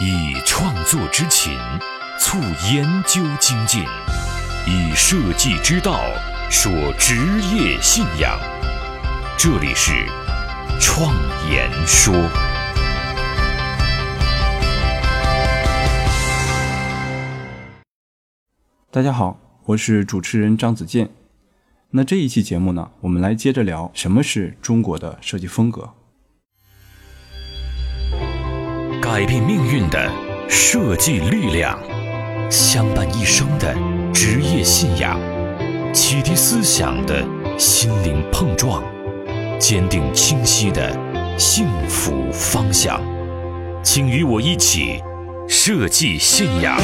以创作之情促研究精进，以设计之道说职业信仰。这里是创研说。 大家好，我是主持人张子健。那这一期节目呢，我们来接着聊什么是中国的设计风格。 改变命运的设计力量，相伴一生的职业信仰，启迪思想的心灵碰撞，坚定清晰的幸福方向。请与我一起设计信仰。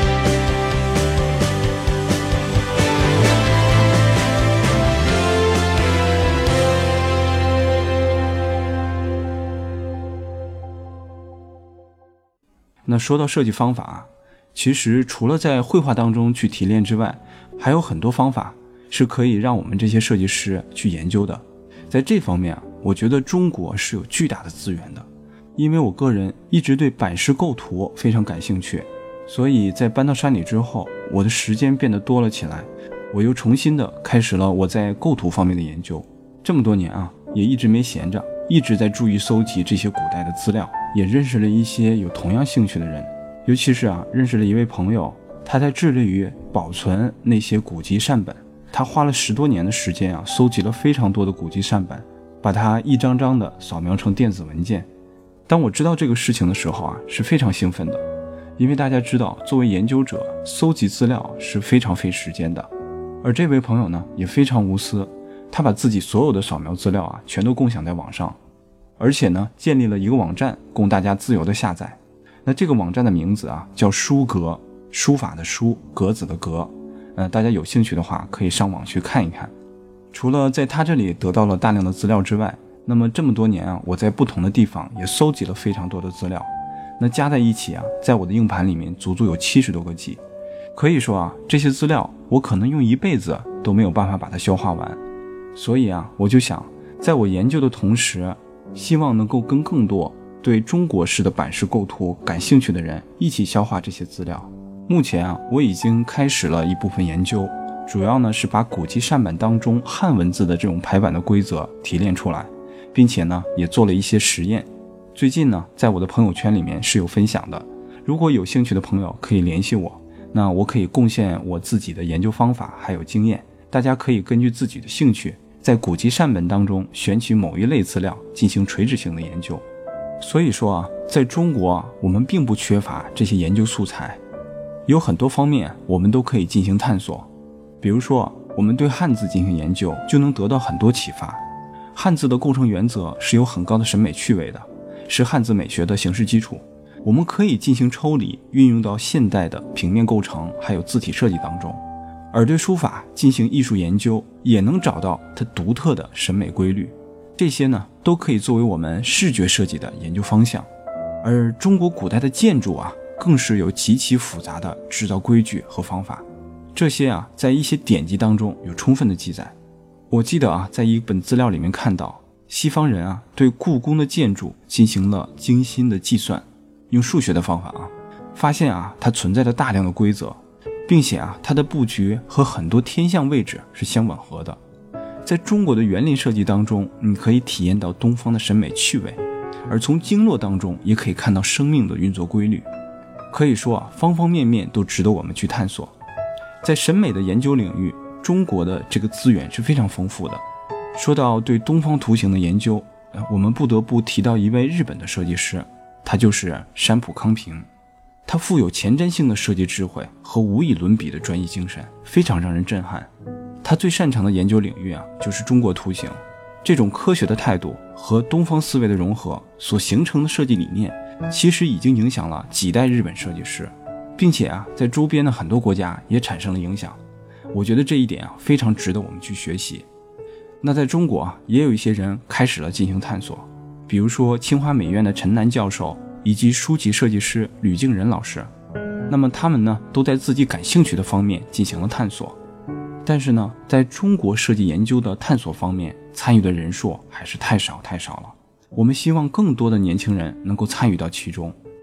那说到设计方法，其实除了在绘画当中去提炼之外，还有很多方法是可以让我们这些设计师去研究的。在这方面我觉得中国是有巨大的资源的。因为我个人一直对版式构图非常感兴趣，所以在搬到山里之后，我的时间变得多了起来，我又重新的开始了我在构图方面的研究。这么多年也一直没闲着，一直在注意搜集这些古代的资料，也认识了一些有同样兴趣的人，尤其是认识了一位朋友，他在致力于保存那些古籍善本，他花了10多年的时间搜集了非常多的古籍善本，把它一张张的扫描成电子文件。当我知道这个事情的时候是非常兴奋的，因为大家知道作为研究者，搜集资料是非常费时间的。而这位朋友呢也非常无私，他把自己所有的扫描资料全都共享在网上，而且呢建立了一个网站供大家自由的下载。那这个网站的名字叫书阁，书法的书，格子的格。大家有兴趣的话可以上网去看一看。除了在他这里得到了大量的资料之外，那么这么多年我在不同的地方也搜集了非常多的资料，那加在一起在我的硬盘里面足足有70多个 G。 可以说这些资料我可能用一辈子都没有办法把它消化完。所以我就想在我研究的同时，希望能够跟更多对中国式的版式构图感兴趣的人一起消化这些资料。目前我已经开始了一部分研究，主要呢是把古籍善本当中汉文字的这种排版的规则提炼出来，并且呢也做了一些实验。最近呢在我的朋友圈里面是有分享的，如果有兴趣的朋友可以联系我，那我可以贡献我自己的研究方法还有经验，大家可以根据自己的兴趣在古籍善本当中选取某一类资料进行垂直性的研究。所以说在中国我们并不缺乏这些研究素材，有很多方面我们都可以进行探索。比如说我们对汉字进行研究，就能得到很多启发。汉字的构成原则是有很高的审美趣味的，是汉字美学的形式基础，我们可以进行抽离，运用到现代的平面构成还有字体设计当中。而对书法进行艺术研究，也能找到它独特的审美规律，这些呢都可以作为我们视觉设计的研究方向。而中国古代的建筑更是有极其复杂的制造规矩和方法，这些在一些典籍当中有充分的记载。我记得在一本资料里面看到，西方人对故宫的建筑进行了精心的计算，用数学的方法发现它存在着大量的规则，并且它的布局和很多天象位置是相吻合的。在中国的园林设计当中，你可以体验到东方的审美趣味，而从经络当中也可以看到生命的运作规律。可以说方方面面都值得我们去探索。在审美的研究领域，中国的这个资源是非常丰富的。说到对东方图形的研究，我们不得不提到一位日本的设计师，他就是山浦康平。他富有前瞻性的设计智慧和无以伦比的专业精神，非常让人震撼。他最擅长的研究领域就是中国图形。这种科学的态度和东方思维的融合所形成的设计理念，其实已经影响了几代日本设计师，并且在周边的很多国家也产生了影响。我觉得这一点非常值得我们去学习。那在中国也有一些人开始了进行探索，比如说清华美院的陈楠教授以及书籍设计师吕敬仁老师。那么他们呢都在自己感兴趣的方面进行了探索。但是呢，在中国设计研究的探索方面，参与的人数还是太少了。我们希望更多的年轻人能够参与到其中，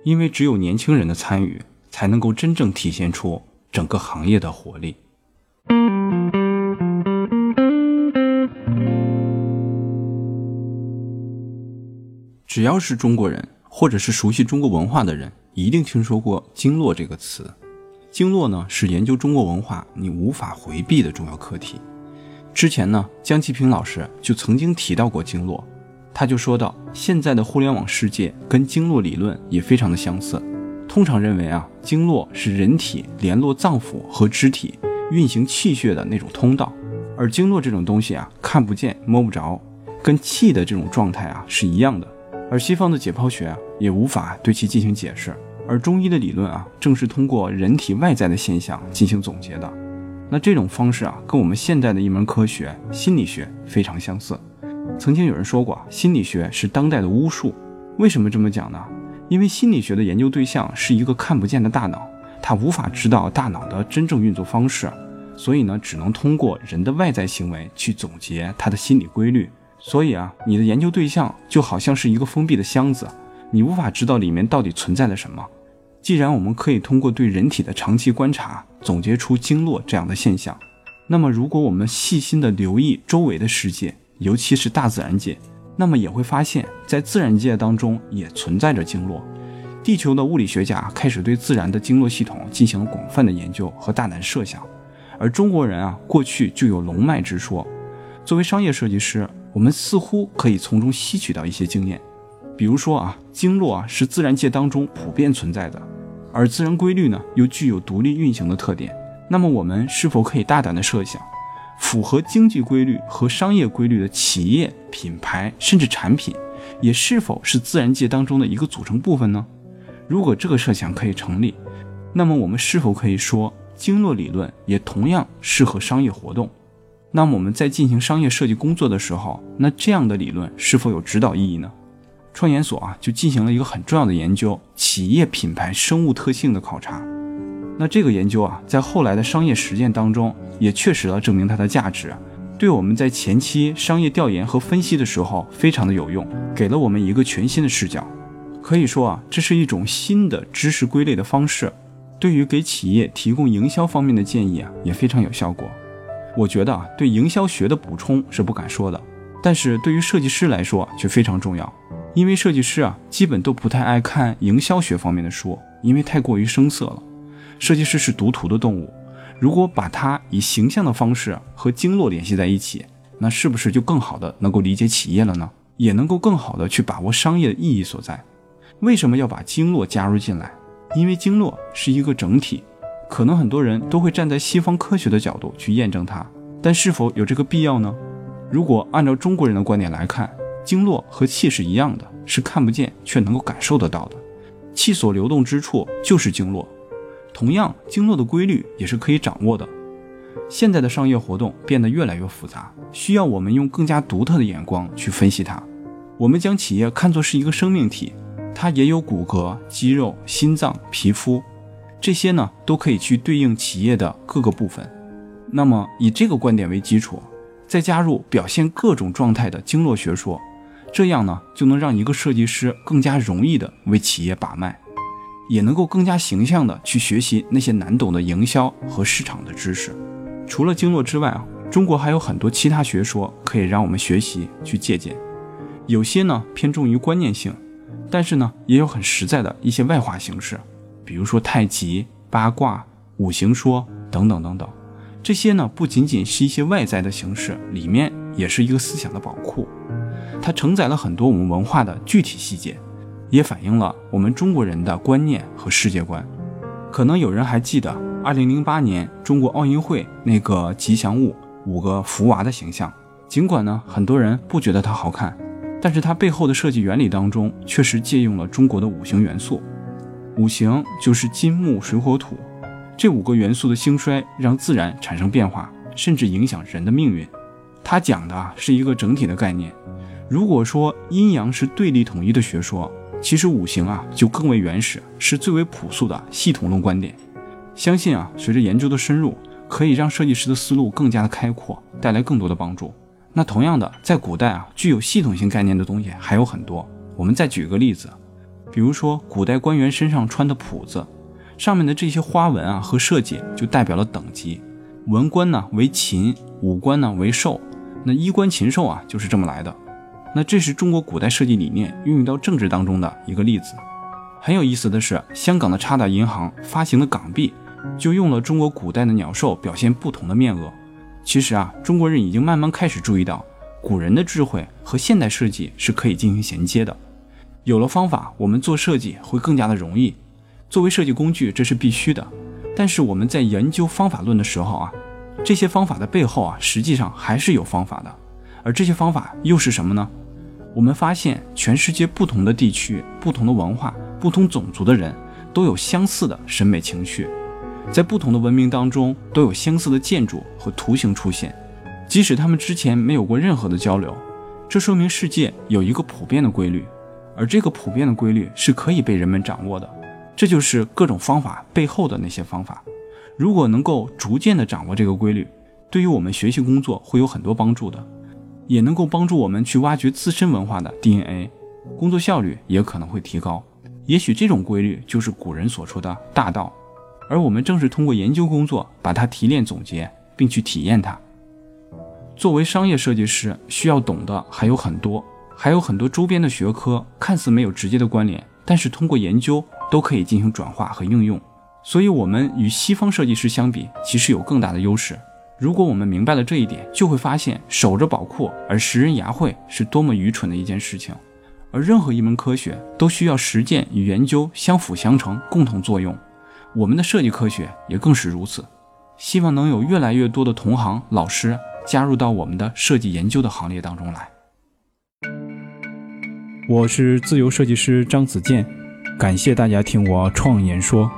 因为只有年轻人的参与，才能够真正体现出整个行业的活力。只要是中国人，或者是熟悉中国文化的人，一定听说过经络这个词。经络呢，是研究中国文化你无法回避的重要课题。之前呢，江其平老师就曾经提到过经络，他就说到，现在的互联网世界跟经络理论也非常的相似。通常认为啊，经络是人体联络脏腑和肢体、运行气血的那种通道，而经络这种东西啊，看不见摸不着，跟气的这种状态啊是一样的。而西方的解剖学啊，也无法对其进行解释，而中医的理论啊，正是通过人体外在的现象进行总结的。那这种方式啊，跟我们现代的一门科学心理学非常相似。曾经有人说过，心理学是当代的巫术。为什么这么讲呢？因为心理学的研究对象是一个看不见的大脑，它无法知道大脑的真正运作方式，所以呢，只能通过人的外在行为去总结它的心理规律。所以啊，你的研究对象就好像是一个封闭的箱子，你无法知道里面到底存在了什么。既然我们可以通过对人体的长期观察总结出经络这样的现象，那么如果我们细心的留意周围的世界，尤其是大自然界，那么也会发现在自然界当中也存在着经络。地球的物理学家开始对自然的经络系统进行了广泛的研究和大胆设想，而中国人啊，过去就有龙脉之说。作为商业设计师，我们似乎可以从中吸取到一些经验。比如说啊，经络啊是自然界当中普遍存在的，而自然规律呢又具有独立运行的特点。那么我们是否可以大胆的设想，符合经济规律和商业规律的企业、品牌甚至产品，也是否是自然界当中的一个组成部分呢？如果这个设想可以成立，那么我们是否可以说经络理论也同样适合商业活动？那么我们在进行商业设计工作的时候，那这样的理论是否有指导意义呢？创研所啊就进行了一个很重要的研究，企业品牌生物特性的考察。那这个研究啊，在后来的商业实践当中也确实了证明它的价值，对我们在前期商业调研和分析的时候非常的有用，给了我们一个全新的视角。可以说啊，这是一种新的知识归类的方式，对于给企业提供营销方面的建议啊，也非常有效果。我觉得啊，对营销学的补充是不敢说的，但是对于设计师来说却非常重要。因为设计师啊，基本都不太爱看营销学方面的书，因为太过于生涩了。设计师是读图的动物，如果把它以形象的方式和经络联系在一起，那是不是就更好的能够理解企业了呢？也能够更好的去把握商业的意义所在。为什么要把经络加入进来？因为经络是一个整体，可能很多人都会站在西方科学的角度去验证它，但是否有这个必要呢？如果按照中国人的观点来看，经络和气是一样的，是看不见却能够感受得到的，气所流动之处就是经络。同样，经络的规律也是可以掌握的。现在的商业活动变得越来越复杂，需要我们用更加独特的眼光去分析它。我们将企业看作是一个生命体，它也有骨骼、肌肉、心脏、皮肤，这些呢都可以去对应企业的各个部分。那么以这个观点为基础，再加入表现各种状态的经络学说，这样呢就能让一个设计师更加容易的为企业把脉，也能够更加形象的去学习那些难懂的营销和市场的知识。除了经络之外啊，中国还有很多其他学说可以让我们学习去借鉴。有些呢偏重于观念性，但是呢也有很实在的一些外化形式，比如说太极、八卦、五行说等等等等。这些呢不仅仅是一些外在的形式，里面也是一个思想的宝库，它承载了很多我们文化的具体细节，也反映了我们中国人的观念和世界观。可能有人还记得2008年中国奥运会那个吉祥物5个福娃的形象，尽管呢很多人不觉得它好看，但是它背后的设计原理当中确实借用了中国的五行元素。五行就是金木水火土，这5个元素的兴衰让自然产生变化，甚至影响人的命运。它讲的是一个整体的概念。如果说阴阳是对立统一的学说，其实五行啊就更为原始，是最为朴素的系统论观点。相信啊随着研究的深入，可以让设计师的思路更加的开阔，带来更多的帮助。那同样的，在古代啊具有系统性概念的东西还有很多。我们再举个例子， 比如说古代官员身上穿的袍子，上面的这些花纹啊和设计就代表了等级，文官呢为禽，武官呢为兽，那衣冠禽兽啊就是这么来的。那这是中国古代设计理念运用到政治当中的一个例子。很有意思的是，香港的渣打银行发行的港币就用了中国古代的鸟兽表现不同的面额。其实啊，中国人已经慢慢开始注意到古人的智慧和现代设计是可以进行衔接的。有了方法，我们做设计会更加的容易。作为设计工具，这是必须的。但是我们在研究方法论的时候啊，这些方法的背后啊，实际上还是有方法的。而这些方法又是什么呢？我们发现全世界不同的地区、不同的文化、不同种族的人都有相似的审美情绪，在不同的文明当中都有相似的建筑和图形出现，即使他们之前没有过任何的交流。这说明世界有一个普遍的规律，而这个普遍的规律是可以被人们掌握的。这就是各种方法背后的那些方法。如果能够逐渐地掌握这个规律，对于我们学习工作会有很多帮助的，也能够帮助我们去挖掘自身文化的 DNA， 工作效率也可能会提高。也许这种规律就是古人所说的大道，而我们正是通过研究工作把它提炼总结，并去体验它。作为商业设计师，需要懂的还有很多周边的学科，看似没有直接的关联，但是通过研究都可以进行转化和应用。所以我们与西方设计师相比，其实有更大的优势。如果我们明白了这一点，就会发现守着宝库而食人牙慧是多么愚蠢的一件事情。而任何一门科学都需要实践与研究相辅相成，共同作用。我们的设计科学也更是如此。希望能有越来越多的同行老师加入到我们的设计研究的行列当中来。我是自由设计师张子健，感谢大家听我创言说。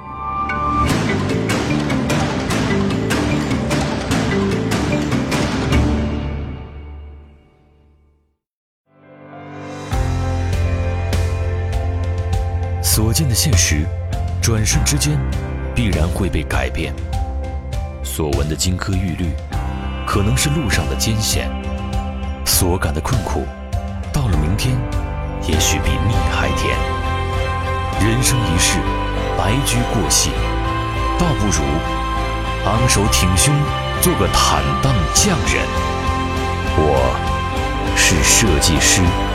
所见的现实，转瞬之间必然会被改变；所闻的金科玉律，可能是路上的艰险；所感的困苦，到了明天，也许比蜜还甜。人生一世，白驹过隙，倒不如昂首挺胸，做个坦荡匠人。我是设计师。